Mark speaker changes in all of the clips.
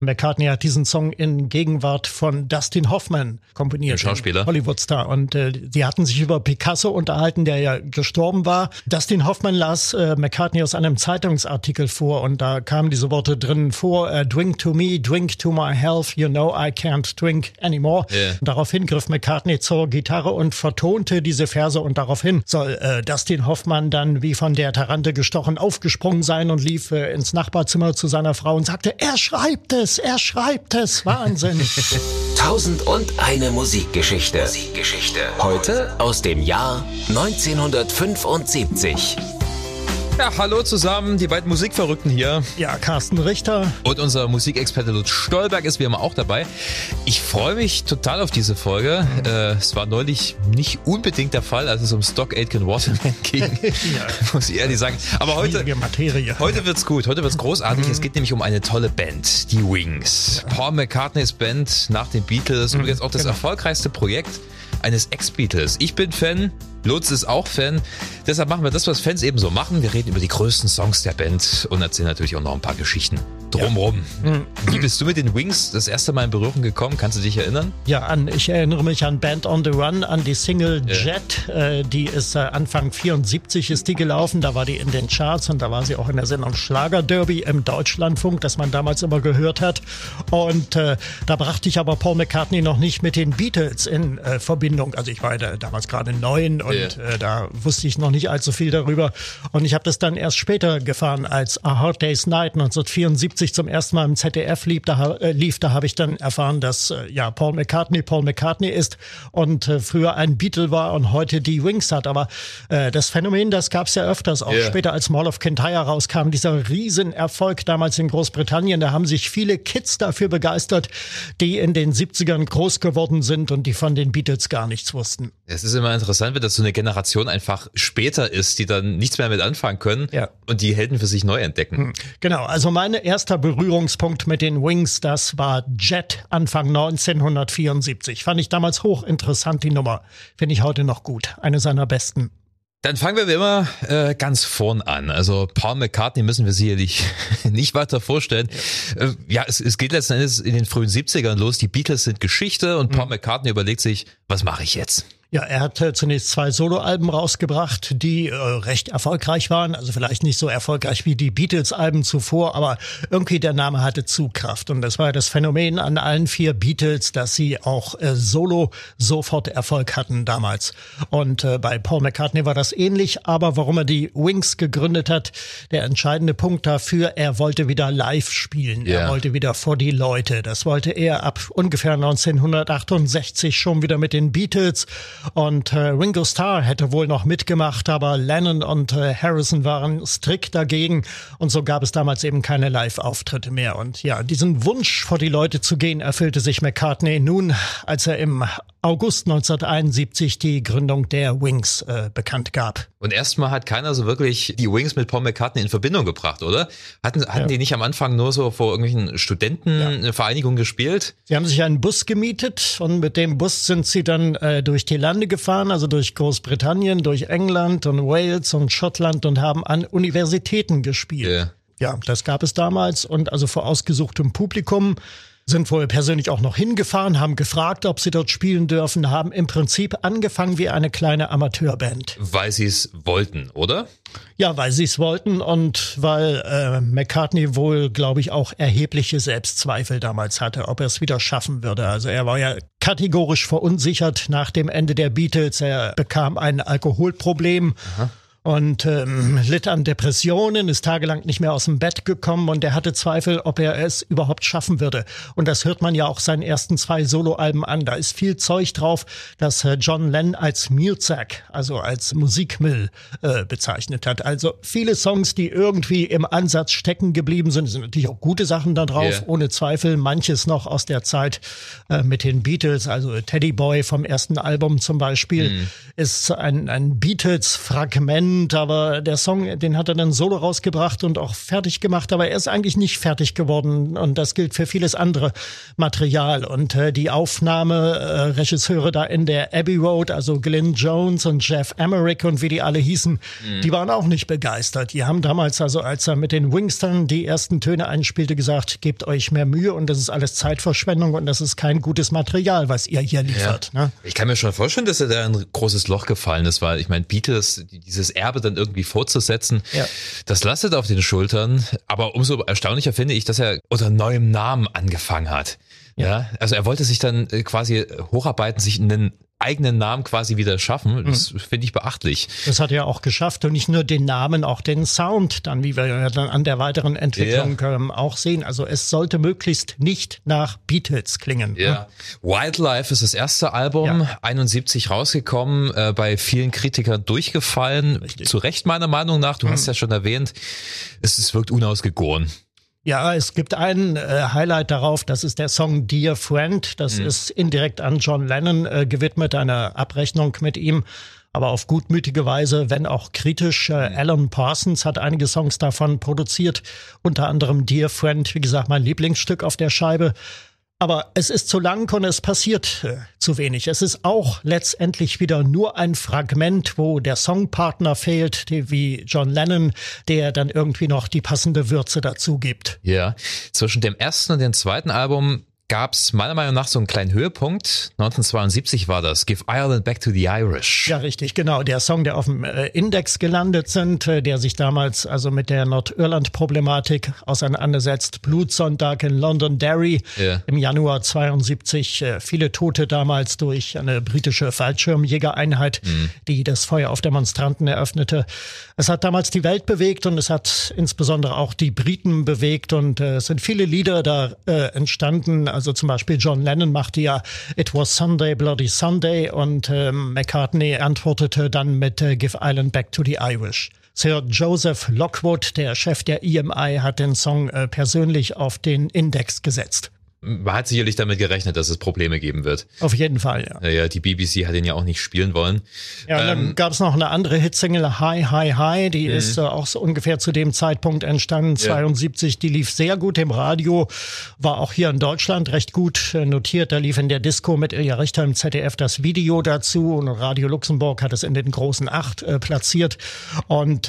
Speaker 1: McCartney hat diesen Song in Gegenwart von Dustin Hoffman komponiert.
Speaker 2: Der Schauspieler.
Speaker 1: Hollywood-Star. Und die hatten sich über Picasso unterhalten, der ja gestorben war. Dustin Hoffman las McCartney aus einem Zeitungsartikel vor und da kamen diese Worte drin vor. Drink to me, drink to my health, you know I can't drink anymore.
Speaker 2: Yeah.
Speaker 1: Und daraufhin griff McCartney zur Gitarre und vertonte diese Verse und daraufhin soll Dustin Hoffman dann wie von der Tarantel gestochen aufgesprungen sein und lief ins Nachbarzimmer zu seiner Frau und sagte, er schreibt es, Wahnsinn.
Speaker 3: 1001 Musikgeschichte. Heute aus dem Jahr 1975.
Speaker 2: Ja, hallo zusammen, die beiden Musikverrückten hier.
Speaker 1: Ja, Carsten Richter.
Speaker 2: Und unser Musikexperte Lutz Stolberg ist wie immer auch dabei. Ich freue mich total auf diese Folge. Es war neulich nicht unbedingt der Fall, als es um Stock Aitken Waterman ging. Ja. Muss ich ehrlich sagen. Aber heute wird's gut, heute wird's großartig. Es geht nämlich um eine tolle Band, die Wings. Ja. Paul McCartneys Band nach den Beatles. Übrigens auch das erfolgreichste Projekt eines Ex-Beatles. Ich bin Fan, Lutz ist auch Fan. Deshalb machen wir das, was Fans eben so machen. Wir reden über die größten Songs der Band und erzählen natürlich auch noch ein paar Geschichten drumherum. Ja. Wie bist du mit den Wings das erste Mal in Berührung gekommen? Kannst du dich erinnern?
Speaker 1: Ja, ich erinnere mich an Band on the Run, an die Single Jet. Die ist Anfang 74 ist die gelaufen. Da war die in den Charts und da war sie auch in der Sendung Schlagerderby im Deutschlandfunk, das man damals immer gehört hat. Und da brachte ich aber Paul McCartney noch nicht mit den Beatles in Verbindung. Also ich war ja damals gerade 9 und da wusste ich noch nicht allzu viel darüber. Und ich habe das dann erst später gefahren, als A Hard Day's Night 1974 zum ersten Mal im ZDF lief. Da habe ich dann erfahren, dass Paul McCartney ist und früher ein Beatle war und heute die Wings hat. Aber das Phänomen, das gab es ja öfters, auch später als Mall of Kintyre rauskam, dieser Riesenerfolg damals in Großbritannien. Da haben sich viele Kids dafür begeistert, die in den 70ern groß geworden sind und die von den Beatles gar nichts wussten.
Speaker 2: Es ist immer interessant, wenn das so eine Generation einfach später ist, die dann nichts mehr mit anfangen können und die Helden für sich neu entdecken.
Speaker 1: Genau, also mein erster Berührungspunkt mit den Wings, das war Jet Anfang 1974. Fand ich damals hochinteressant, die Nummer. Finde ich heute noch gut. Eine seiner besten.
Speaker 2: Dann fangen wir wie immer ganz vorn an. Also Paul McCartney müssen wir sicherlich nicht weiter vorstellen. Es geht letzten Endes in den frühen 70ern los. Die Beatles sind Geschichte und Paul McCartney überlegt sich, was mache ich jetzt?
Speaker 1: Ja, er hat zunächst 2 Soloalben rausgebracht, die recht erfolgreich waren. Also vielleicht nicht so erfolgreich wie die Beatles-Alben zuvor, aber irgendwie der Name hatte Zugkraft. Und das war das Phänomen an allen 4 Beatles, dass sie auch solo sofort Erfolg hatten damals. Und bei Paul McCartney war das ähnlich. Aber warum er die Wings gegründet hat, der entscheidende Punkt dafür, er wollte wieder live spielen. Yeah. Er wollte wieder vor die Leute. Das wollte er ab ungefähr 1968 schon wieder mit den Beatles. Und Ringo Starr hätte wohl noch mitgemacht, aber Lennon und Harrison waren strikt dagegen und so gab es damals eben keine Live-Auftritte mehr. Und ja, diesen Wunsch, vor die Leute zu gehen, erfüllte sich McCartney nun, als er im August 1971 die Gründung der Wings bekannt gab.
Speaker 2: Und erstmal hat keiner so wirklich die Wings mit Paul McCartney in Verbindung gebracht, oder? Hatten die nicht am Anfang nur so vor irgendwelchen Studentenvereinigungen gespielt?
Speaker 1: Sie haben sich einen Bus gemietet und mit dem Bus sind sie dann durch die Lande gefahren, also durch Großbritannien, durch England und Wales und Schottland und haben an Universitäten gespielt. Ja, das gab es damals und also vor ausgesuchtem Publikum. Sind wohl persönlich auch noch hingefahren, haben gefragt, ob sie dort spielen dürfen, haben im Prinzip angefangen wie eine kleine Amateurband.
Speaker 2: Weil sie es wollten, oder?
Speaker 1: Ja, weil sie es wollten und weil McCartney wohl, glaube ich, auch erhebliche Selbstzweifel damals hatte, ob er es wieder schaffen würde. Also er war ja kategorisch verunsichert nach dem Ende der Beatles. Er bekam ein Alkoholproblem. Aha. Und litt an Depressionen, ist tagelang nicht mehr aus dem Bett gekommen und er hatte Zweifel, ob er es überhaupt schaffen würde. Und das hört man ja auch seinen ersten 2 Soloalben an. Da ist viel Zeug drauf, das John Lennon als Mealsack, also als Musikmüll bezeichnet hat. Also viele Songs, die irgendwie im Ansatz stecken geblieben sind. Es sind natürlich auch gute Sachen da drauf, ohne Zweifel. Manches noch aus der Zeit mit den Beatles, also Teddy Boy vom ersten Album zum Beispiel, ist ein Beatles-Fragment und aber der Song, den hat er dann solo rausgebracht und auch fertig gemacht, aber er ist eigentlich nicht fertig geworden und das gilt für vieles andere Material und die Aufnahmeregisseure da in der Abbey Road, also Glyn Jones und Jeff Emerick und wie die alle hießen, die waren auch nicht begeistert. Die haben damals, also als er mit den Wings dann die ersten Töne einspielte, gesagt, gebt euch mehr Mühe und das ist alles Zeitverschwendung und das ist kein gutes Material, was ihr hier liefert.
Speaker 2: Ja. Ne? Ich kann mir schon vorstellen, dass er da ein großes Loch gefallen ist, weil ich meine, Beatles, dieses Erbe dann irgendwie fortzusetzen, das lastet auf den Schultern, aber umso erstaunlicher finde ich, dass er unter neuem Namen angefangen hat. Ja, also er wollte sich dann quasi hocharbeiten, sich einen eigenen Namen quasi wieder schaffen. Das finde ich beachtlich.
Speaker 1: Das hat er auch geschafft und nicht nur den Namen, auch den Sound dann, wie wir ja dann an der weiteren Entwicklung auch sehen. Also es sollte möglichst nicht nach Beatles klingen.
Speaker 2: Ja. Wildlife ist das erste Album, 71 rausgekommen, bei vielen Kritikern durchgefallen. Richtig. Zu Recht meiner Meinung nach, du hast ja schon erwähnt, es wirkt unausgegoren.
Speaker 1: Ja, es gibt ein Highlight darauf, das ist der Song Dear Friend. Das ist indirekt an John Lennon gewidmet, eine Abrechnung mit ihm, aber auf gutmütige Weise, wenn auch kritisch. Alan Parsons hat einige Songs davon produziert, unter anderem Dear Friend, wie gesagt, mein Lieblingsstück auf der Scheibe. Aber es ist zu lang und es passiert zu wenig. Es ist auch letztendlich wieder nur ein Fragment, wo der Songpartner fehlt, wie John Lennon, der dann irgendwie noch die passende Würze dazu gibt.
Speaker 2: Ja, zwischen dem ersten und dem zweiten Album gab's meiner Meinung nach so einen kleinen Höhepunkt. 1972 war das. Give Ireland Back to the Irish.
Speaker 1: Ja, richtig, genau. Der Song, der auf dem Index gelandet sind, der sich damals also mit der Nordirland-Problematik auseinandersetzt. Blutsonntag in Londonderry im Januar 72. Viele Tote damals durch eine britische Fallschirmjägereinheit, die das Feuer auf Demonstranten eröffnete. Es hat damals die Welt bewegt und es hat insbesondere auch die Briten bewegt und es sind viele Lieder da entstanden. Also zum Beispiel John Lennon machte ja It Was Sunday, Bloody Sunday und McCartney antwortete dann mit Give Ireland Back to the Irish. Sir Joseph Lockwood, der Chef der EMI, hat den Song persönlich auf den Index gesetzt.
Speaker 2: Man hat sicherlich damit gerechnet, dass es Probleme geben wird.
Speaker 1: Auf jeden Fall, ja.
Speaker 2: Ja, die BBC hat ihn ja auch nicht spielen wollen.
Speaker 1: Ja, dann gab es noch eine andere Hitsingle, Hi, Hi, Hi, die ist auch so ungefähr zu dem Zeitpunkt entstanden, 72. Die lief sehr gut im Radio, war auch hier in Deutschland recht gut notiert. Da lief in der Disco mit Ilja Richter im ZDF das Video dazu und Radio Luxemburg hat es in den großen 8 platziert. Und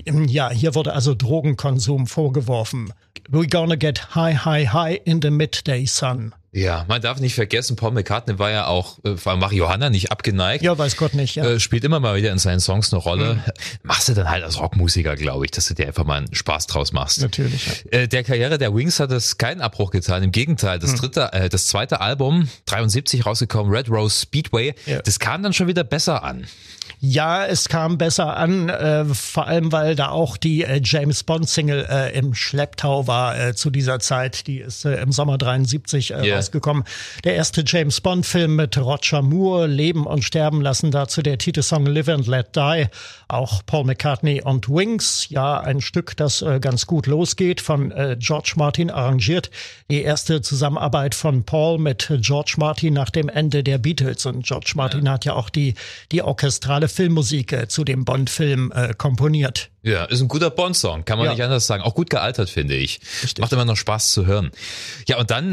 Speaker 1: hier wurde also Drogenkonsum vorgeworfen. We're gonna get high, high, high in the midday sun.
Speaker 2: Ja, man darf nicht vergessen, Paul McCartney war ja auch, vor allem Marihuana, nicht abgeneigt.
Speaker 1: Ja, weiß Gott nicht, ja.
Speaker 2: Spielt immer mal wieder in seinen Songs eine Rolle. Machst du dann halt als Rockmusiker, glaube ich, dass du dir einfach mal einen Spaß draus machst.
Speaker 1: Natürlich, ja.
Speaker 2: Der Karriere der Wings hat es keinen Abbruch getan. Im Gegenteil, das zweite Album, 73 rausgekommen, Red Rose Speedway, das kam dann schon wieder besser an.
Speaker 1: Ja, es kam besser an, vor allem, weil da auch die James Bond-Single im Schlepptau war zu dieser Zeit. Die ist im Sommer 73 rausgekommen. Der erste James Bond-Film mit Roger Moore, Leben und Sterben lassen, dazu der Titelsong Live and Let Die. Auch Paul McCartney und Wings, ja, ein Stück, das ganz gut losgeht, von George Martin arrangiert. Die erste Zusammenarbeit von Paul mit George Martin nach dem Ende der Beatles. Und George Martin hat ja auch die orchestrale Filmmusik zu dem Bond-Film komponiert.
Speaker 2: Ja, ist ein guter Bond-Song, kann man nicht anders sagen. Auch gut gealtert, finde ich.
Speaker 1: Richtig.
Speaker 2: Macht immer noch Spaß zu hören. Ja, und dann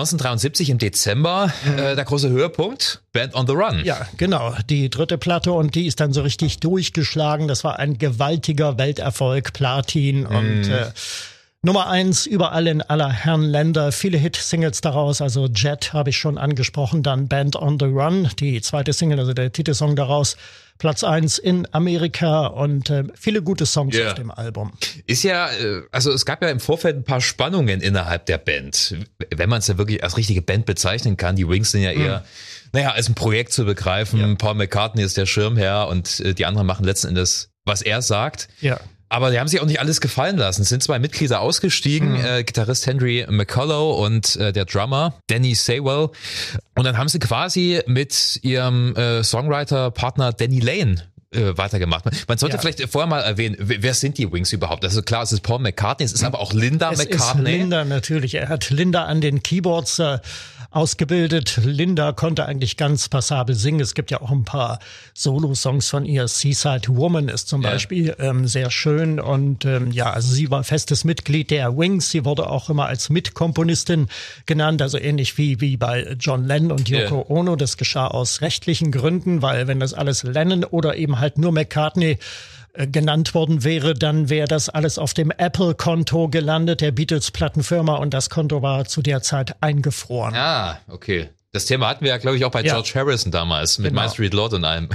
Speaker 2: 1973 im Dezember, der große Höhepunkt, Band on the Run.
Speaker 1: Ja, genau, die dritte Platte und die ist dann so richtig durchgeschlagen. Das war ein gewaltiger Welterfolg, Platin und Nummer 1 überall in aller Herren Länder, viele Hit-Singles daraus, also Jet habe ich schon angesprochen, dann Band on the Run, die zweite Single, also der Titelsong daraus, Platz 1 in Amerika und viele gute Songs auf dem Album.
Speaker 2: Ist ja, also es gab ja im Vorfeld ein paar Spannungen innerhalb der Band, wenn man es ja wirklich als richtige Band bezeichnen kann. Die Wings sind ja eher, als ein Projekt zu begreifen. Ja. Paul McCartney ist der Schirmherr und die anderen machen letzten Endes, was er sagt.
Speaker 1: Ja.
Speaker 2: Aber die haben sich auch nicht alles gefallen lassen. Es sind 2 Mitglieder ausgestiegen, Gitarrist Henry McCullough und der Drummer Danny Sewell. Und dann haben sie quasi mit ihrem Songwriter-Partner Danny Lane weitergemacht. Man sollte vielleicht vorher mal erwähnen, wer sind die Wings überhaupt? Also klar, es ist Paul McCartney, es ist aber auch Linda McCartney.
Speaker 1: Es ist Linda natürlich. Er hat Linda an den Keyboards. ausgebildet. Linda konnte eigentlich ganz passabel singen. Es gibt ja auch ein paar Solo-Songs von ihr. Seaside Woman ist zum Beispiel sehr schön. Und also sie war festes Mitglied der Wings. Sie wurde auch immer als Mitkomponistin genannt, also ähnlich wie bei John Lennon und Yoko Ono. Das geschah aus rechtlichen Gründen, weil wenn das alles Lennon oder eben halt nur McCartney genannt worden wäre, dann wäre das alles auf dem Apple-Konto gelandet, der Beatles-Plattenfirma, und das Konto war zu der Zeit eingefroren.
Speaker 2: Ah, okay. Das Thema hatten wir ja, glaube ich, auch bei George Harrison damals mit My Street Lord und allem.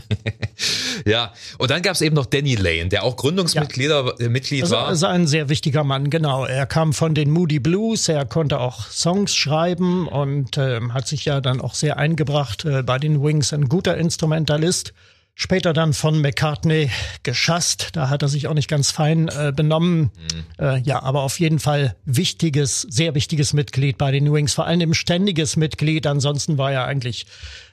Speaker 2: Ja, und dann gab es eben noch Danny Lane, der auch Gründungsmitglied war.
Speaker 1: Das ist ein sehr wichtiger Mann, genau. Er kam von den Moody Blues, er konnte auch Songs schreiben und hat sich ja dann auch sehr eingebracht bei den Wings, ein guter Instrumentalist. Später dann von McCartney geschasst, da hat er sich auch nicht ganz fein benommen. Aber auf jeden Fall sehr wichtiges Mitglied bei den Wings, vor allem ständiges Mitglied. Ansonsten war er eigentlich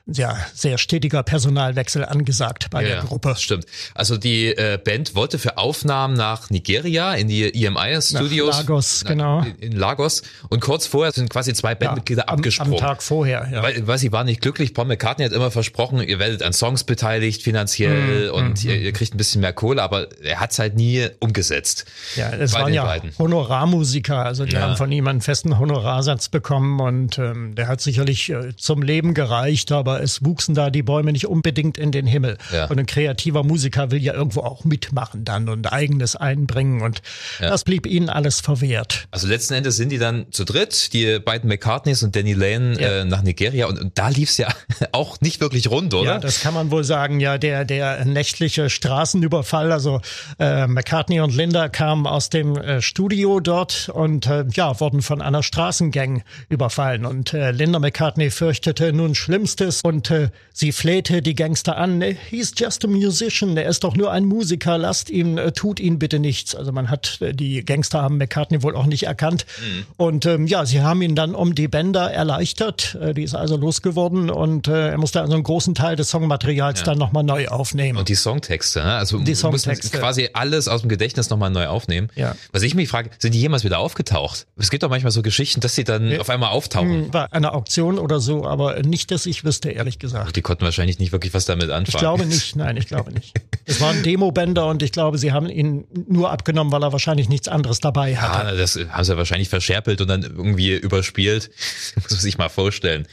Speaker 1: sehr stetiger Personalwechsel angesagt bei der Gruppe.
Speaker 2: Stimmt. Also die Band wollte für Aufnahmen nach Nigeria in die EMI Studios.
Speaker 1: Lagos, genau.
Speaker 2: In Lagos. Und kurz vorher sind quasi zwei Bandmitglieder abgesprungen.
Speaker 1: Am Tag vorher, ja.
Speaker 2: Weil sie waren nicht glücklich. Paul McCartney hat immer versprochen, ihr werdet an Songs beteiligt finanziell und ihr kriegt ein bisschen mehr Kohle, aber er hat es halt nie umgesetzt.
Speaker 1: Ja, es waren ja Honorarmusiker, also die haben von ihm einen festen Honorarsatz bekommen und der hat sicherlich zum Leben gereicht, aber es wuchsen da die Bäume nicht unbedingt in den Himmel. Ja. Und ein kreativer Musiker will ja irgendwo auch mitmachen dann und Eigenes einbringen und das blieb ihnen alles verwehrt.
Speaker 2: Also letzten Endes sind die dann zu dritt, die beiden McCartneys und Danny Lane nach Nigeria und da lief es ja auch nicht wirklich rund, oder?
Speaker 1: Ja, das kann man wohl sagen. Ja, der nächtliche Straßenüberfall, also McCartney und Linda kamen aus dem Studio dort und wurden von einer Straßengang überfallen und Linda McCartney fürchtete nun Schlimmstes und sie flehte die Gangster an, he's just a musician, er ist doch nur ein Musiker, lasst ihn, tut ihn bitte nichts. Also die Gangster haben McCartney wohl auch nicht erkannt und sie haben ihn dann um die Bänder erleichtert, die ist also losgeworden und er musste also einen großen Teil des Songmaterials dann nochmal neu aufnehmen.
Speaker 2: Und die Songtexte, ne? Also die Songtexte. Quasi alles aus dem Gedächtnis nochmal neu aufnehmen. Ja. Was ich mich frage, sind die jemals wieder aufgetaucht? Es gibt doch manchmal so Geschichten, dass sie dann auf einmal auftauchen.
Speaker 1: Bei einer Auktion oder so, aber nicht, dass ich wüsste, ehrlich gesagt.
Speaker 2: Die konnten wahrscheinlich nicht wirklich was damit anfangen.
Speaker 1: Ich glaube nicht, nein, ich glaube nicht. Es waren Demobänder und ich glaube, sie haben ihn nur abgenommen, weil er wahrscheinlich nichts anderes dabei hatte.
Speaker 2: Ja, das haben sie wahrscheinlich verscherpelt und dann irgendwie überspielt. Muss man sich mal vorstellen.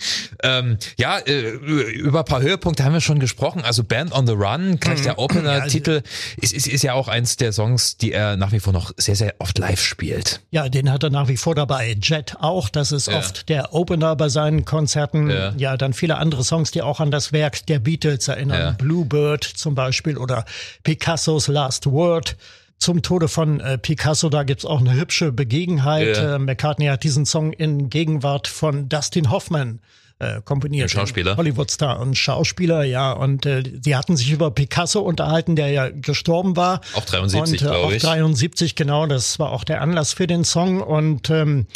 Speaker 2: Über ein paar Höhepunkte haben wir schon gesprochen. Also Band on the Run, gleich der Opener-Titel, ist ja auch eins der Songs, die er nach wie vor noch sehr, sehr oft live spielt.
Speaker 1: Ja, den hat er nach wie vor dabei. Jet auch, das ist oft der Opener bei seinen Konzerten. Ja, dann viele andere Songs, die auch an das Werk der Beatles erinnern. Ja. Bluebird zum Beispiel oder Picassos Last Word. Zum Tode von Picasso, da gibt's auch eine hübsche Begebenheit. Ja. McCartney hat diesen Song in Gegenwart von Dustin Hoffman komponiert.
Speaker 2: Schauspieler.
Speaker 1: Hollywood-Star und Schauspieler, ja. Und die hatten sich über Picasso unterhalten, der ja gestorben war.
Speaker 2: Auch 73, glaube ich.
Speaker 1: Auch 73, genau. Das war auch der Anlass für den Song. Und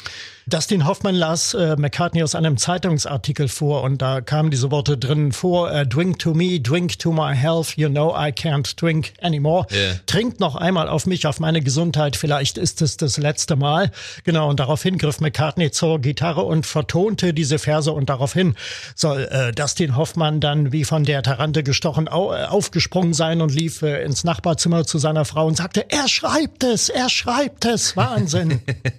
Speaker 1: Dustin Hoffman las McCartney aus einem Zeitungsartikel vor und da kamen diese Worte drin vor, drink to me, drink to my health, you know I can't drink anymore. Yeah. Trinkt noch einmal auf mich, auf meine Gesundheit, vielleicht ist es das letzte Mal. Genau, und daraufhin griff McCartney zur Gitarre und vertonte diese Verse und daraufhin soll Dustin Hoffman dann wie von der Tarantel gestochen aufgesprungen sein und lief ins Nachbarzimmer zu seiner Frau und sagte, er schreibt es, Wahnsinn.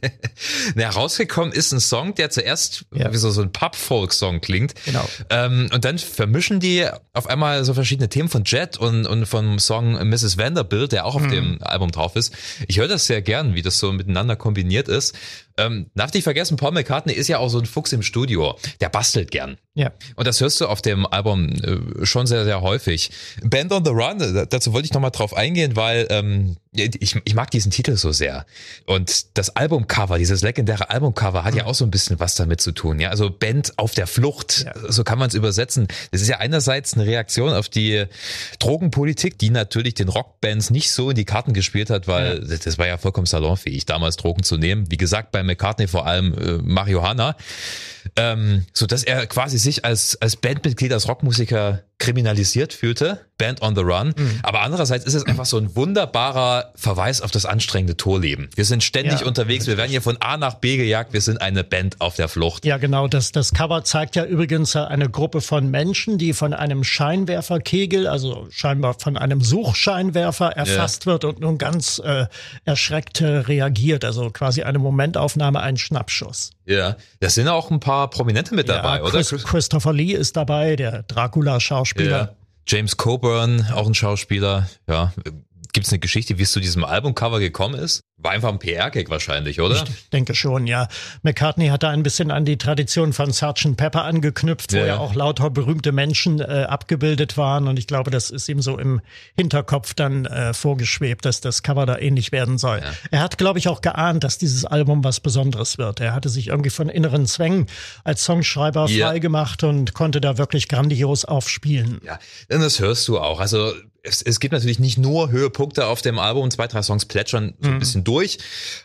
Speaker 2: Rausgekommen ist ein Song, der zuerst wie so ein Pub-Folk-Song klingt.
Speaker 1: Genau.
Speaker 2: Und dann vermischen die auf einmal so verschiedene Themen von Jet und vom Song Mrs. Vanderbilt, der auch auf dem Album drauf ist. Ich höre das sehr gern, wie das so miteinander kombiniert ist. Darf nicht vergessen, Paul McCartney ist ja auch so ein Fuchs im Studio. Der bastelt gern.
Speaker 1: Ja.
Speaker 2: Und das hörst du auf dem Album schon sehr, sehr häufig. Band on the Run, dazu wollte ich nochmal drauf eingehen, weil ich mag diesen Titel so sehr. Und das Albumcover, dieses legendäre Albumcover hat ja auch so ein bisschen was damit zu tun. Ja, also Band auf der Flucht, so kann man es übersetzen. Das ist ja einerseits eine Reaktion auf die Drogenpolitik, die natürlich den Rockbands nicht so in die Karten gespielt hat, weil das war ja vollkommen salonfähig, damals Drogen zu nehmen. Wie gesagt, bei McCartney vor allem Marihuana. So dass er quasi sich als Bandmitglied, als Rockmusiker kriminalisiert fühlte, Band on the Run. Aber andererseits ist es einfach so ein wunderbarer Verweis auf das anstrengende Tourleben. Wir sind ständig unterwegs, wir werden hier von A nach B gejagt, wir sind eine Band auf der Flucht.
Speaker 1: Ja, genau, das Cover zeigt ja übrigens eine Gruppe von Menschen, die von einem Scheinwerferkegel, also scheinbar von einem Suchscheinwerfer erfasst wird und nun ganz erschreckt reagiert. Also quasi eine Momentaufnahme, ein Schnappschuss.
Speaker 2: Ja, da sind auch ein paar Prominente mit dabei, oder?
Speaker 1: Christopher Lee ist dabei, der Dracula-Schauspieler.
Speaker 2: Ja. James Coburn, auch ein Schauspieler. Ja, gibt's eine Geschichte, wie es zu diesem Albumcover gekommen ist? War einfach ein PR-Gag wahrscheinlich, oder?
Speaker 1: Ich denke schon, ja. McCartney hat da ein bisschen an die Tradition von Sgt. Pepper angeknüpft, wo ja auch lauter berühmte Menschen abgebildet waren. Und ich glaube, das ist ihm so im Hinterkopf dann vorgeschwebt, dass das Cover da ähnlich werden soll. Ja. Er hat, glaube ich, auch geahnt, dass dieses Album was Besonderes wird. Er hatte sich irgendwie von inneren Zwängen als Songschreiber frei gemacht und konnte da wirklich grandios aufspielen.
Speaker 2: Ja, denn das hörst du auch. Also es gibt natürlich nicht nur Höhepunkte auf dem Album, 2, 3 Songs plätschern so ein bisschen durch,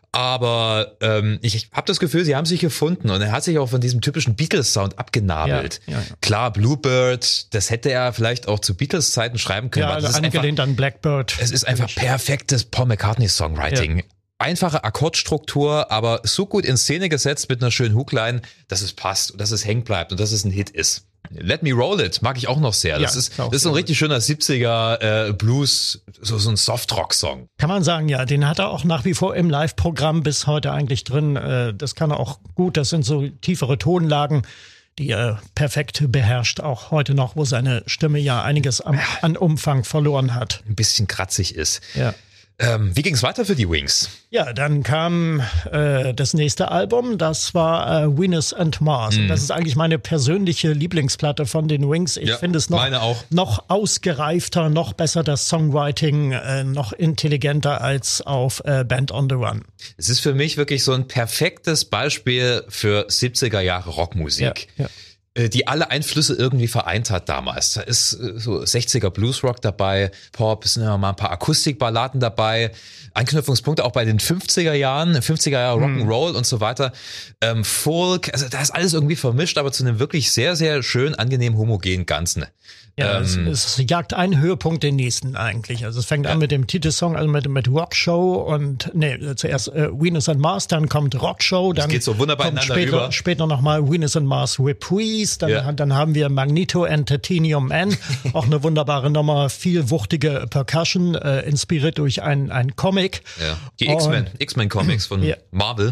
Speaker 2: aber ich habe das Gefühl, sie haben sich gefunden und er hat sich auch von diesem typischen Beatles-Sound abgenabelt. Ja. Klar, Bluebird, das hätte er vielleicht auch zu Beatles-Zeiten schreiben können.
Speaker 1: Ja, also angelehnt an Blackbird.
Speaker 2: Es ist einfach perfektes Paul McCartney-Songwriting. Ja. Einfache Akkordstruktur, aber so gut in Szene gesetzt mit einer schönen Hookline, dass es passt und dass es hängen bleibt und dass es ein Hit ist. Let Me Roll It mag ich auch noch sehr. Das ist so ein richtig schöner 70er Blues, so ein Softrock-Song.
Speaker 1: Kann man sagen, ja. Den hat er auch nach wie vor im Live-Programm bis heute eigentlich drin. Das kann er auch gut. Das sind so tiefere Tonlagen, die er perfekt beherrscht, auch heute noch, wo seine Stimme ja einiges an Umfang verloren hat.
Speaker 2: Ein bisschen kratzig ist.
Speaker 1: Ja.
Speaker 2: Wie ging es weiter für die Wings?
Speaker 1: Ja, dann kam das nächste Album, das war Venus and Mars. Und das ist eigentlich meine persönliche Lieblingsplatte von den Wings. Ich finde es noch ausgereifter, noch besser das Songwriting, noch intelligenter als auf Band on the Run.
Speaker 2: Es ist für mich wirklich so ein perfektes Beispiel für 70er Jahre Rockmusik. Ja. Die alle Einflüsse irgendwie vereint hat damals. Da ist so 60er Bluesrock dabei, Pop, es sind ja mal ein paar Akustikballaden dabei, Anknüpfungspunkte auch bei den 50er Jahren, 50er Jahre Rock'n'Roll und so weiter, Folk, also da ist alles irgendwie vermischt, aber zu einem wirklich sehr, sehr schön, angenehm homogenen Ganzen.
Speaker 1: Ja, es jagt einen Höhepunkt den nächsten eigentlich. Also es fängt an mit dem Titelsong, also mit Rockshow und zuerst Venus and Mars, dann kommt Rockshow, dann
Speaker 2: geht so wunderbar
Speaker 1: kommt später nochmal Venus and Mars Reprise, dann haben wir Magneto and Titanium Man, auch eine wunderbare Nummer, viel wuchtige Percussion, inspiriert durch ein Comic.
Speaker 2: Ja. Die X-Men Comics von Marvel.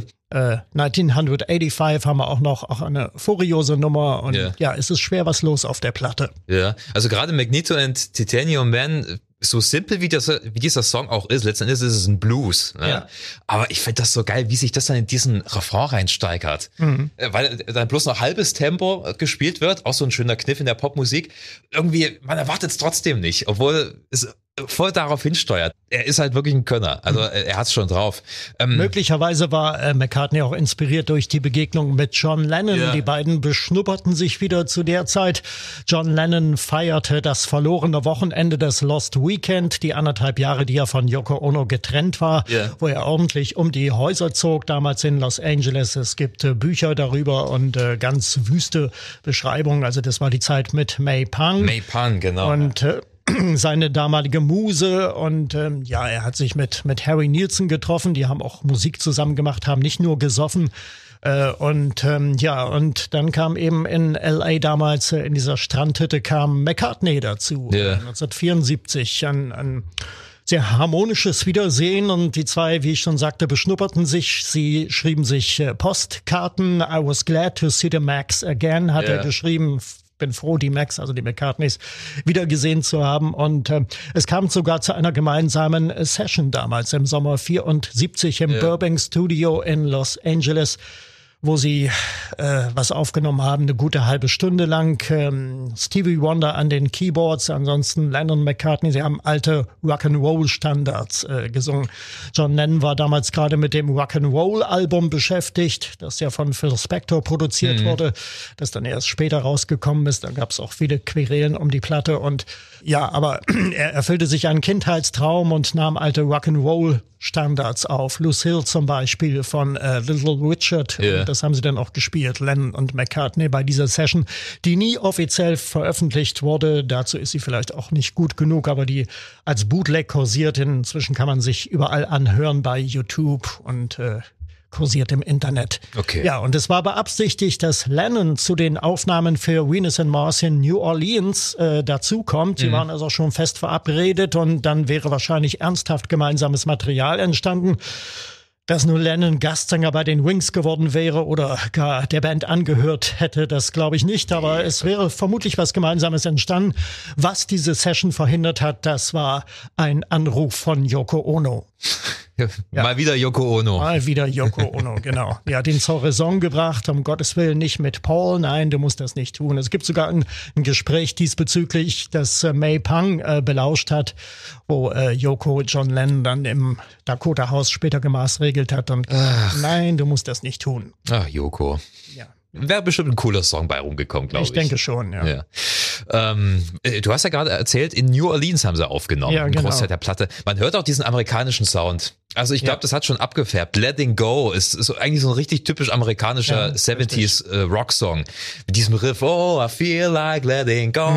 Speaker 1: 1985 haben wir auch noch eine furiose Nummer und es ist schwer was los auf der Platte.
Speaker 2: Ja, also gerade Magneto and Titanium Man, so simpel wie dieser Song auch ist, letztendlich ist es ein Blues. Ne? Ja. Aber ich finde das so geil, wie sich das dann in diesen Refrain reinsteigert. Weil dann bloß noch halbes Tempo gespielt wird, auch so ein schöner Kniff in der Popmusik. Irgendwie, man erwartet es trotzdem nicht, obwohl es voll darauf hinsteuert. Er ist halt wirklich ein Könner. Also er hat's schon drauf.
Speaker 1: Möglicherweise war McCartney auch inspiriert durch die Begegnung mit John Lennon. Ja. Die beiden beschnupperten sich wieder zu der Zeit. John Lennon feierte das verlorene Wochenende des Lost Weekend, die 1,5 Jahre, die er von Yoko Ono getrennt war, wo er ordentlich um die Häuser zog, damals in Los Angeles. Es gibt Bücher darüber und ganz wüste Beschreibungen. Also das war die Zeit mit May Pang.
Speaker 2: May Pang, genau.
Speaker 1: Und seine damalige Muse und er hat sich mit Harry Nilsson getroffen, die haben auch Musik zusammen gemacht, haben nicht nur gesoffen und dann kam eben in L.A. damals in dieser Strandhütte kam McCartney dazu, 1974, ein sehr harmonisches Wiedersehen und die zwei, wie ich schon sagte, beschnupperten sich. Sie schrieben sich Postkarten. I was glad to see the Max again, hat er geschrieben. Bin froh, die Max, also die McCartneys, wieder gesehen zu haben. Und es kam sogar zu einer gemeinsamen Session damals im Sommer 74 im Burbank Studio in Los Angeles, wo sie was aufgenommen haben, eine gute halbe Stunde lang. Stevie Wonder an den Keyboards, ansonsten Lennon, McCartney, sie haben alte Rock'n'Roll-Standards gesungen. John Lennon war damals gerade mit dem Rock'n'Roll-Album beschäftigt, das ja von Phil Spector produziert wurde, das dann erst später rausgekommen ist. Da gab es auch viele Querelen um die Platte und aber er erfüllte sich einen Kindheitstraum und nahm alte Rock'n'Roll Standards auf. Lucille zum Beispiel von Little Richard das haben sie dann auch gespielt, Lennon und McCartney bei dieser Session, die nie offiziell veröffentlicht wurde. Dazu ist sie vielleicht auch nicht gut genug, aber die als Bootleg kursiert. Inzwischen kann man sich überall anhören bei YouTube und kursiert im Internet.
Speaker 2: Okay.
Speaker 1: Ja, und es war beabsichtigt, dass Lennon zu den Aufnahmen für Venus and Mars in New Orleans dazukommt. Sie waren also schon fest verabredet und dann wäre wahrscheinlich ernsthaft gemeinsames Material entstanden. Dass nun Lennon Gastsänger bei den Wings geworden wäre oder gar der Band angehört hätte, das glaube ich nicht. Aber es wäre vermutlich was Gemeinsames entstanden. Was diese Session verhindert hat, das war ein Anruf von Yoko Ono.
Speaker 2: Ja. Mal wieder Yoko Ono.
Speaker 1: Mal wieder Yoko Ono, genau. Die hat ihn zur Raison gebracht, um Gottes Willen nicht mit Paul. Nein, du musst das nicht tun. Es gibt sogar ein Gespräch diesbezüglich, das May Pang belauscht hat, wo Yoko John Lennon dann im Dakota-Haus später gemaßregelt hat. Und nein, du musst das nicht tun.
Speaker 2: Ach, Yoko.
Speaker 1: Ja.
Speaker 2: Wäre bestimmt ein cooler Song bei rumgekommen, glaube ich.
Speaker 1: Ich denke schon, ja.
Speaker 2: Du hast ja gerade erzählt, in New Orleans haben sie aufgenommen,
Speaker 1: ja, genau.
Speaker 2: Ein Großteil der Platte. Man hört auch diesen amerikanischen Sound. Also ich glaube, das hat schon abgefärbt. Letting Go ist so eigentlich so ein richtig typisch amerikanischer 70s Rocksong. Mit diesem Riff, oh, I feel like letting go.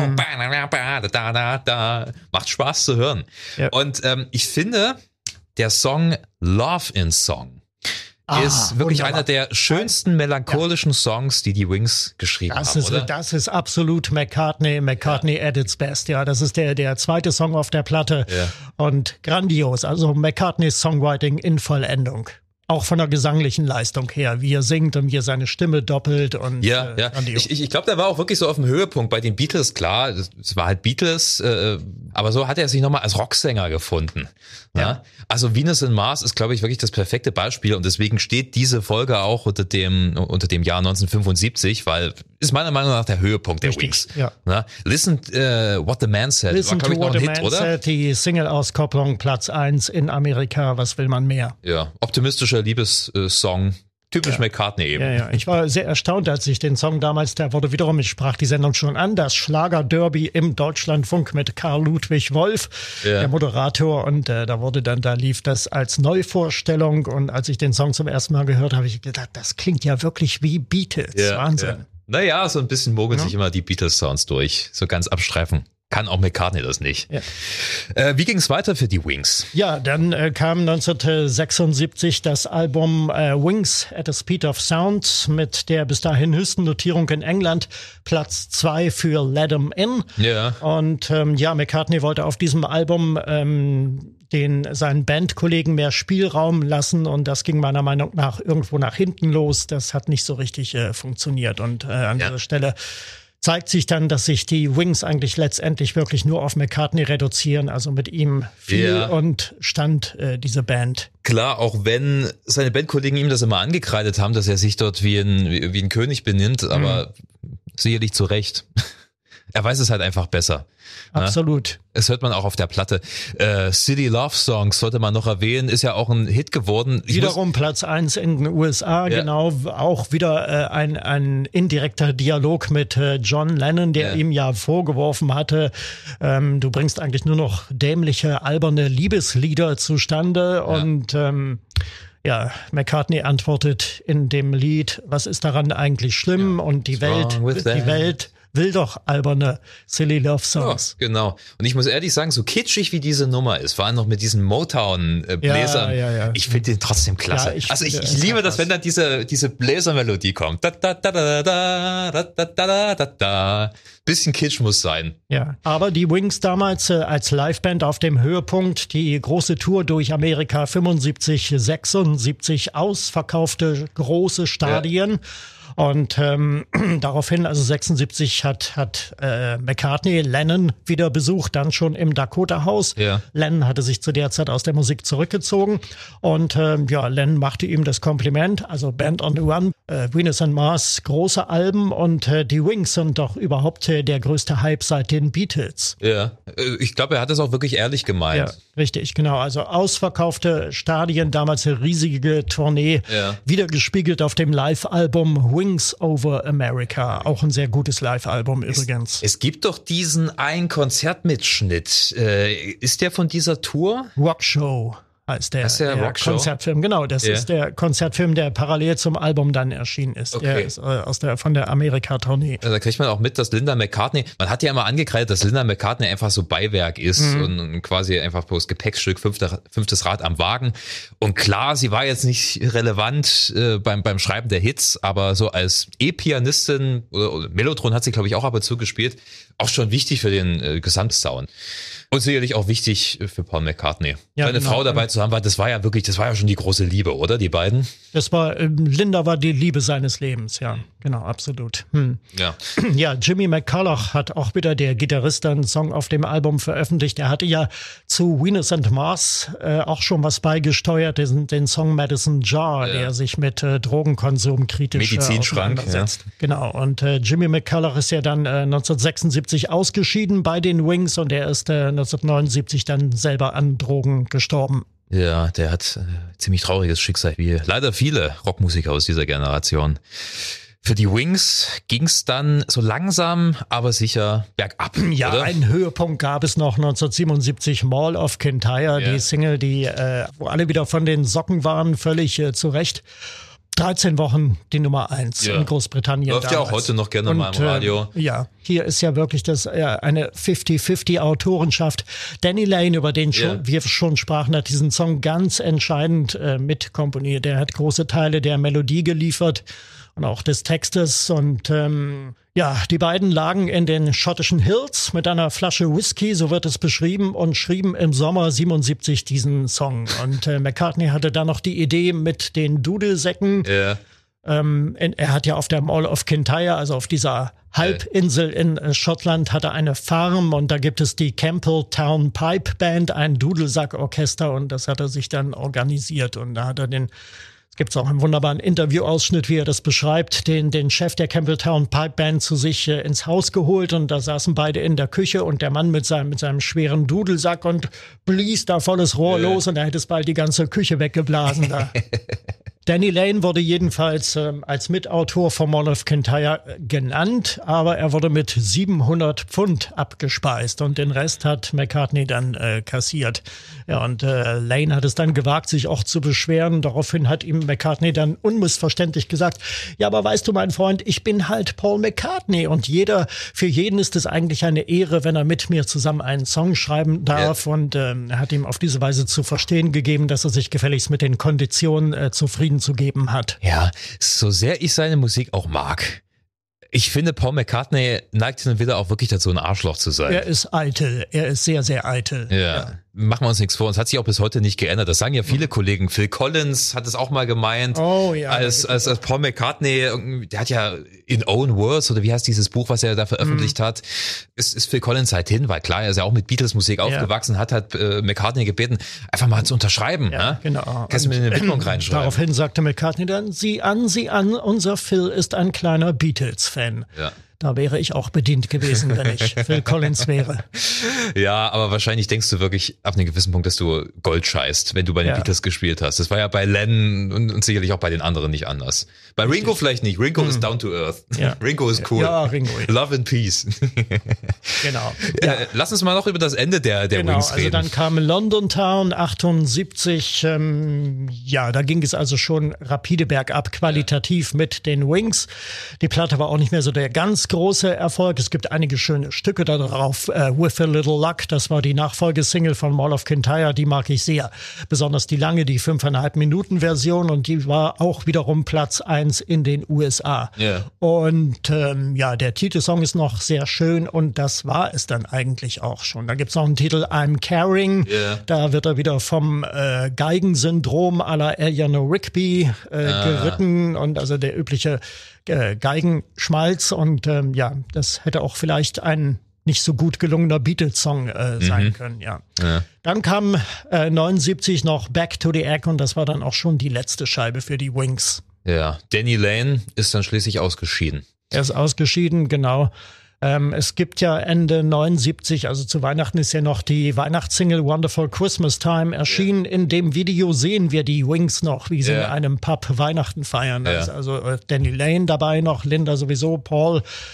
Speaker 2: Macht Spaß zu hören. Ja. Und ich finde, der Song Love in Song ist wirklich einer der schönsten melancholischen Songs, die Wings geschrieben haben, oder?
Speaker 1: Das ist absolut McCartney at its best. Ja, das ist der zweite Song auf der Platte und grandios. Also McCartneys Songwriting in Vollendung. Auch von der gesanglichen Leistung her, wie er singt und wie er seine Stimme doppelt und grandios.
Speaker 2: Ich glaube, der war auch wirklich so auf dem Höhepunkt bei den Beatles. Klar, es war halt Beatles, aber so hat er sich nochmal als Rocksänger gefunden. Ja. Also Venus and Mars ist, glaube ich, wirklich das perfekte Beispiel und deswegen steht diese Folge auch unter dem Jahr 1975, weil ist meiner Meinung nach der Höhepunkt der Wings. Ja. Na? Listen What the Man Said.
Speaker 1: Listen
Speaker 2: war,
Speaker 1: to
Speaker 2: ich, noch
Speaker 1: What
Speaker 2: ein
Speaker 1: the
Speaker 2: Hit,
Speaker 1: Man
Speaker 2: oder?
Speaker 1: Said, die Single-Auskopplung Platz 1 in Amerika. Was will man mehr?
Speaker 2: Ja, optimistischer Liebessong. Typisch McCartney eben.
Speaker 1: Ja. Ich war sehr erstaunt, als ich den Song damals, der wurde wiederum, ich sprach die Sendung schon an, das Schlager-Derby im Deutschlandfunk mit Karl Ludwig Wolf, der Moderator, und da lief das als Neuvorstellung, und als ich den Song zum ersten Mal gehört habe, habe ich gedacht, das klingt ja wirklich wie Beatles. Wahnsinn.
Speaker 2: Ja. Naja, so ein bisschen mogeln sich immer die Beatles-Sounds durch, so ganz abstreifen. Kann auch McCartney das nicht. Ja. Wie ging es weiter für die Wings?
Speaker 1: Ja, dann kam 1976 das Album Wings at the Speed of Sound mit der bis dahin höchsten Notierung in England, Platz 2 für Let 'Em In.
Speaker 2: Ja.
Speaker 1: Und McCartney wollte auf diesem Album seinen Bandkollegen mehr Spielraum lassen, und das ging meiner Meinung nach irgendwo nach hinten los. Das hat nicht so richtig funktioniert, und an dieser Stelle zeigt sich dann, dass sich die Wings eigentlich letztendlich wirklich nur auf McCartney reduzieren, also mit ihm fiel und stand diese Band.
Speaker 2: Klar, auch wenn seine Bandkollegen ihm das immer angekreidet haben, dass er sich dort wie ein König benimmt, aber sicherlich zu Recht. Er weiß es halt einfach besser.
Speaker 1: Absolut.
Speaker 2: Das hört man auch auf der Platte. City Love Songs sollte man noch erwähnen, ist ja auch ein Hit geworden.
Speaker 1: Wiederum Platz 1 in den USA, genau. Auch wieder ein indirekter Dialog mit John Lennon, der ihm ja vorgeworfen hatte, du bringst eigentlich nur noch dämliche, alberne Liebeslieder zustande. Und McCartney antwortet in dem Lied, was ist daran eigentlich schlimm? Und die Welt will doch alberne Silly Love Songs.
Speaker 2: Ja, genau. Und ich muss ehrlich sagen, so kitschig wie diese Nummer ist, vor allem noch mit diesen Motown-Bläsern, ich finde den trotzdem klasse. Ja, ich liebe das, wenn dann diese Bläsermelodie kommt. Da, da, da, da, da, da, da, da, da, da. Bisschen Kitsch muss sein.
Speaker 1: Ja, aber die Wings damals als Liveband auf dem Höhepunkt, die große Tour durch Amerika, 75, 76, ausverkaufte große Stadien. Ja. Und daraufhin, also 76, hat McCartney Lennon wieder besucht, dann schon im Dakota-Haus. Ja. Lennon hatte sich zu der Zeit aus der Musik zurückgezogen. Und Lennon machte ihm das Kompliment, also Band on the Run, Venus and Mars, große Alben, und die Wings sind doch überhaupt der größte Hype seit den Beatles.
Speaker 2: Ja, ich glaube, er hat das auch wirklich ehrlich gemeint.
Speaker 1: Ja, richtig, genau. Also ausverkaufte Stadien, damals eine riesige Tournee, wieder gespiegelt auf dem Live-Album Wings Over America. Auch ein sehr gutes Live-Album übrigens.
Speaker 2: Es gibt doch diesen einen Konzertmitschnitt. Ist der von dieser Tour?
Speaker 1: Rock Show heißt der,
Speaker 2: das ist der Rockshow?
Speaker 1: Konzertfilm. Genau, das ist der Konzertfilm, der parallel zum Album dann erschienen ist. Okay. Der ist von der Amerika-Tournee.
Speaker 2: Also da kriegt man auch mit, dass Linda McCartney, man hat ja immer angekreidet, dass Linda McCartney einfach so Beiwerk ist und quasi einfach bloß Gepäckstück, fünftes Rad am Wagen. Und klar, sie war jetzt nicht relevant beim Schreiben der Hits, aber so als E-Pianistin oder Mellotron hat sie, glaube ich, auch ab und zu gespielt, auch schon wichtig für den Gesamtsound. Und sicherlich auch wichtig für Paul McCartney.
Speaker 1: Ja,
Speaker 2: seine Frau dabei zu haben, das war ja schon die große Liebe, oder? Die beiden?
Speaker 1: Linda war die Liebe seines Lebens, ja. Genau, absolut.
Speaker 2: Ja.
Speaker 1: Ja, Jimmy McCulloch hat auch wieder, der Gitarrist, einen Song auf dem Album veröffentlicht. Er hatte ja zu Venus and Mars auch schon was beigesteuert, den Song Medicine Jar, der sich mit Drogenkonsum kritisch auseinandersetzt. Ja. Genau, und Jimmy McCulloch ist ja dann 1976 ausgeschieden bei den Wings und er ist 1979 dann selber an Drogen gestorben.
Speaker 2: Ja, der hat ziemlich trauriges Schicksal, wie leider viele Rockmusiker aus dieser Generation. Für die Wings ging's dann so langsam, aber sicher bergab.
Speaker 1: Ja, oder? Einen Höhepunkt gab es noch 1977, Mall of Kintyre, die Single, wo alle wieder von den Socken waren, völlig zurecht. 13 Wochen die Nummer 1 in Großbritannien.
Speaker 2: Läuft damals. Ja auch heute noch gerne mal im Radio.
Speaker 1: Ja, hier ist ja wirklich eine 50-50 Autorenschaft. Danny Lane, über den wir schon sprachen, hat diesen Song ganz entscheidend mitkomponiert. Der hat große Teile der Melodie geliefert und auch des Textes und die beiden lagen in den schottischen Hills mit einer Flasche Whisky, so wird es beschrieben, und schrieben im Sommer 77 diesen Song. Und McCartney hatte dann noch die Idee mit den Dudelsäcken. Ja. Er hat ja auf der Mall of Kintyre, also auf dieser Halbinsel in Schottland, hat er eine Farm und da gibt es die Campbelltown Pipe Band, ein Dudelsackorchester, und das hat er sich dann organisiert und da hat er gibt's auch einen wunderbaren Interviewausschnitt, wie er das beschreibt, den Chef der Campbelltown Pipe Band zu sich ins Haus geholt und da saßen beide in der Küche und der Mann mit seinem schweren Dudelsack und blies da volles Rohr los und er hätte es bald die ganze Küche weggeblasen da. Danny Lane wurde jedenfalls als Mitautor von Mall of Kintyre genannt, aber er wurde mit 700 Pfund abgespeist und den Rest hat McCartney dann kassiert. Ja, und Lane hat es dann gewagt, sich auch zu beschweren. Daraufhin hat ihm McCartney dann unmissverständlich gesagt, ja, aber weißt du, mein Freund, ich bin halt Paul McCartney und für jeden ist es eigentlich eine Ehre, wenn er mit mir zusammen einen Song schreiben darf. Ja. Und er hat ihm auf diese Weise zu verstehen gegeben, dass er sich gefälligst mit den Konditionen zufrieden zu geben hat.
Speaker 2: Ja, so sehr ich seine Musik auch mag. Ich finde, Paul McCartney neigt hin und wieder auch wirklich dazu, ein Arschloch zu sein.
Speaker 1: Er ist eitel. Er ist sehr, sehr eitel.
Speaker 2: Ja. Machen wir uns nichts vor. Und es hat sich auch bis heute nicht geändert. Das sagen ja viele Kollegen. Phil Collins hat es auch mal gemeint.
Speaker 1: Oh ja.
Speaker 2: Als Paul McCartney, der hat ja in Own Words, oder wie heißt dieses Buch, was er da veröffentlicht hat, ist Phil Collins halt hin, weil klar, er ist ja auch mit Beatles-Musik aufgewachsen, hat McCartney gebeten, einfach mal zu unterschreiben.
Speaker 1: Ja, genau.
Speaker 2: Kannst du mir in eine Widmung reinschreiben?
Speaker 1: Daraufhin sagte McCartney dann, sieh an, unser Phil ist ein kleiner Beatles-Fan.
Speaker 2: Ja.
Speaker 1: Da wäre ich auch bedient gewesen, wenn ich Phil Collins wäre.
Speaker 2: Ja, aber wahrscheinlich denkst du wirklich ab einem gewissen Punkt, dass du Gold scheißt, wenn du bei den Beatles gespielt hast. Das war ja bei Lennon und sicherlich auch bei den anderen nicht anders. Bei Ringo vielleicht nicht. Ringo ist down to earth. Ja. Ringo ist cool.
Speaker 1: Ja, Ringo.
Speaker 2: Love and Peace.
Speaker 1: Genau.
Speaker 2: Ja. Lass uns mal noch über das Ende der Wings reden.
Speaker 1: Also dann kam London Town 78. Da ging es also schon rapide bergab, qualitativ mit den Wings. Die Platte war auch nicht mehr so der ganz große Erfolg. Es gibt einige schöne Stücke da drauf. With a Little Luck, das war die Nachfolgesingle von Mall of Kintyre, die mag ich sehr. Besonders die lange, die 5,5 Minuten Version, und die war auch wiederum Platz 1 in den USA. Yeah. Und der Titelsong ist noch sehr schön und das war es dann eigentlich auch schon. Da gibt's noch einen Titel, I'm Caring. Yeah. Da wird er wieder vom Geigensyndrom à la Eleanor Rigby geritten und also der übliche Geigenschmalz und das hätte auch vielleicht ein nicht so gut gelungener Beatles-Song sein können, ja. Dann kam 79 noch Back to the Egg und das war dann auch schon die letzte Scheibe für die Wings.
Speaker 2: Ja, Danny Lane ist dann schließlich ausgeschieden.
Speaker 1: Er ist ausgeschieden, genau. Es gibt ja Ende 79, also zu Weihnachten ist ja noch die Weihnachtssingle Wonderful Christmas Time erschienen. In dem Video sehen wir die Wings noch, wie sie in einem Pub Weihnachten feiern. Da ist also Danny Lane dabei noch, Linda sowieso, Paul,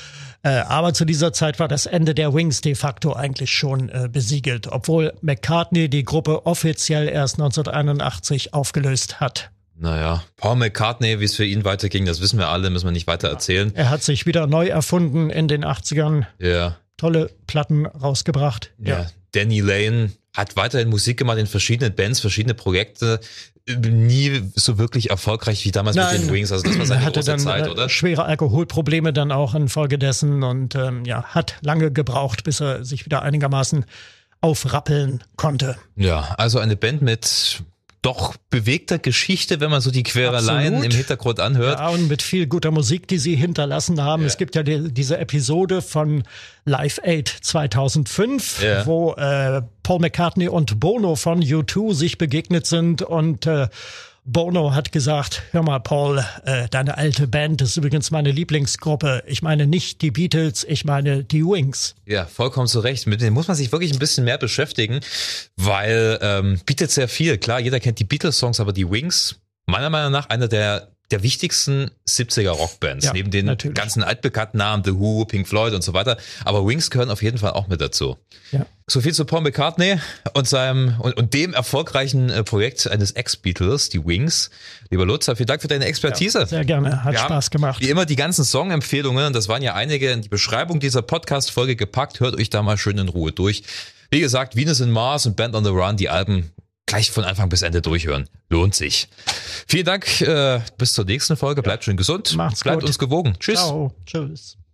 Speaker 1: Aber zu dieser Zeit war das Ende der Wings de facto eigentlich schon besiegelt, obwohl McCartney die Gruppe offiziell erst 1981 aufgelöst hat.
Speaker 2: Naja, Paul McCartney, wie es für ihn weiterging, das wissen wir alle, müssen wir nicht weiter erzählen.
Speaker 1: Er hat sich wieder neu erfunden in den 80ern.
Speaker 2: Ja.
Speaker 1: Tolle Platten rausgebracht.
Speaker 2: Ja. Danny Lane hat weiterhin Musik gemacht in verschiedenen Bands, verschiedene Projekte. Nie so wirklich erfolgreich wie damals mit den Wings. Also das war seine große Zeit, oder?
Speaker 1: Schwere Alkoholprobleme dann auch infolgedessen und hat lange gebraucht, bis er sich wieder einigermaßen aufrappeln konnte.
Speaker 2: Ja, also eine Band mit doch bewegter Geschichte, wenn man so die Quereleien im Hintergrund anhört.
Speaker 1: Ja, und mit viel guter Musik, die sie hinterlassen haben. Ja. Es gibt ja diese Episode von Live Aid 2005, wo Paul McCartney und Bono von U2 sich begegnet sind und Bono hat gesagt, hör mal Paul, deine alte Band ist übrigens meine Lieblingsgruppe. Ich meine nicht die Beatles, ich meine die Wings.
Speaker 2: Ja, vollkommen zu Recht. Mit denen muss man sich wirklich ein bisschen mehr beschäftigen, weil bietet sehr viel. Klar, jeder kennt die Beatles-Songs, aber die Wings, meiner Meinung nach einer der wichtigsten 70er Rockbands, neben den ganzen altbekannten Namen, The Who, Pink Floyd und so weiter. Aber Wings gehören auf jeden Fall auch mit dazu. Ja. So viel zu Paul McCartney und dem erfolgreichen Projekt eines Ex-Beatles, die Wings. Lieber Lutz, vielen Dank für deine Expertise.
Speaker 1: Ja, sehr gerne, hat Spaß gemacht.
Speaker 2: Wie immer die ganzen Song-Empfehlungen, das waren ja einige, in die Beschreibung dieser Podcast-Folge gepackt. Hört euch da mal schön in Ruhe durch. Wie gesagt, Venus in Mars und Band on the Run, die Alben gleich von Anfang bis Ende durchhören. Lohnt sich. Vielen Dank, bis zur nächsten Folge. Bleibt schön gesund.
Speaker 1: Macht's
Speaker 2: Bleibt
Speaker 1: gut.
Speaker 2: uns gewogen. Tschüss.
Speaker 1: Ciao. Tschüss.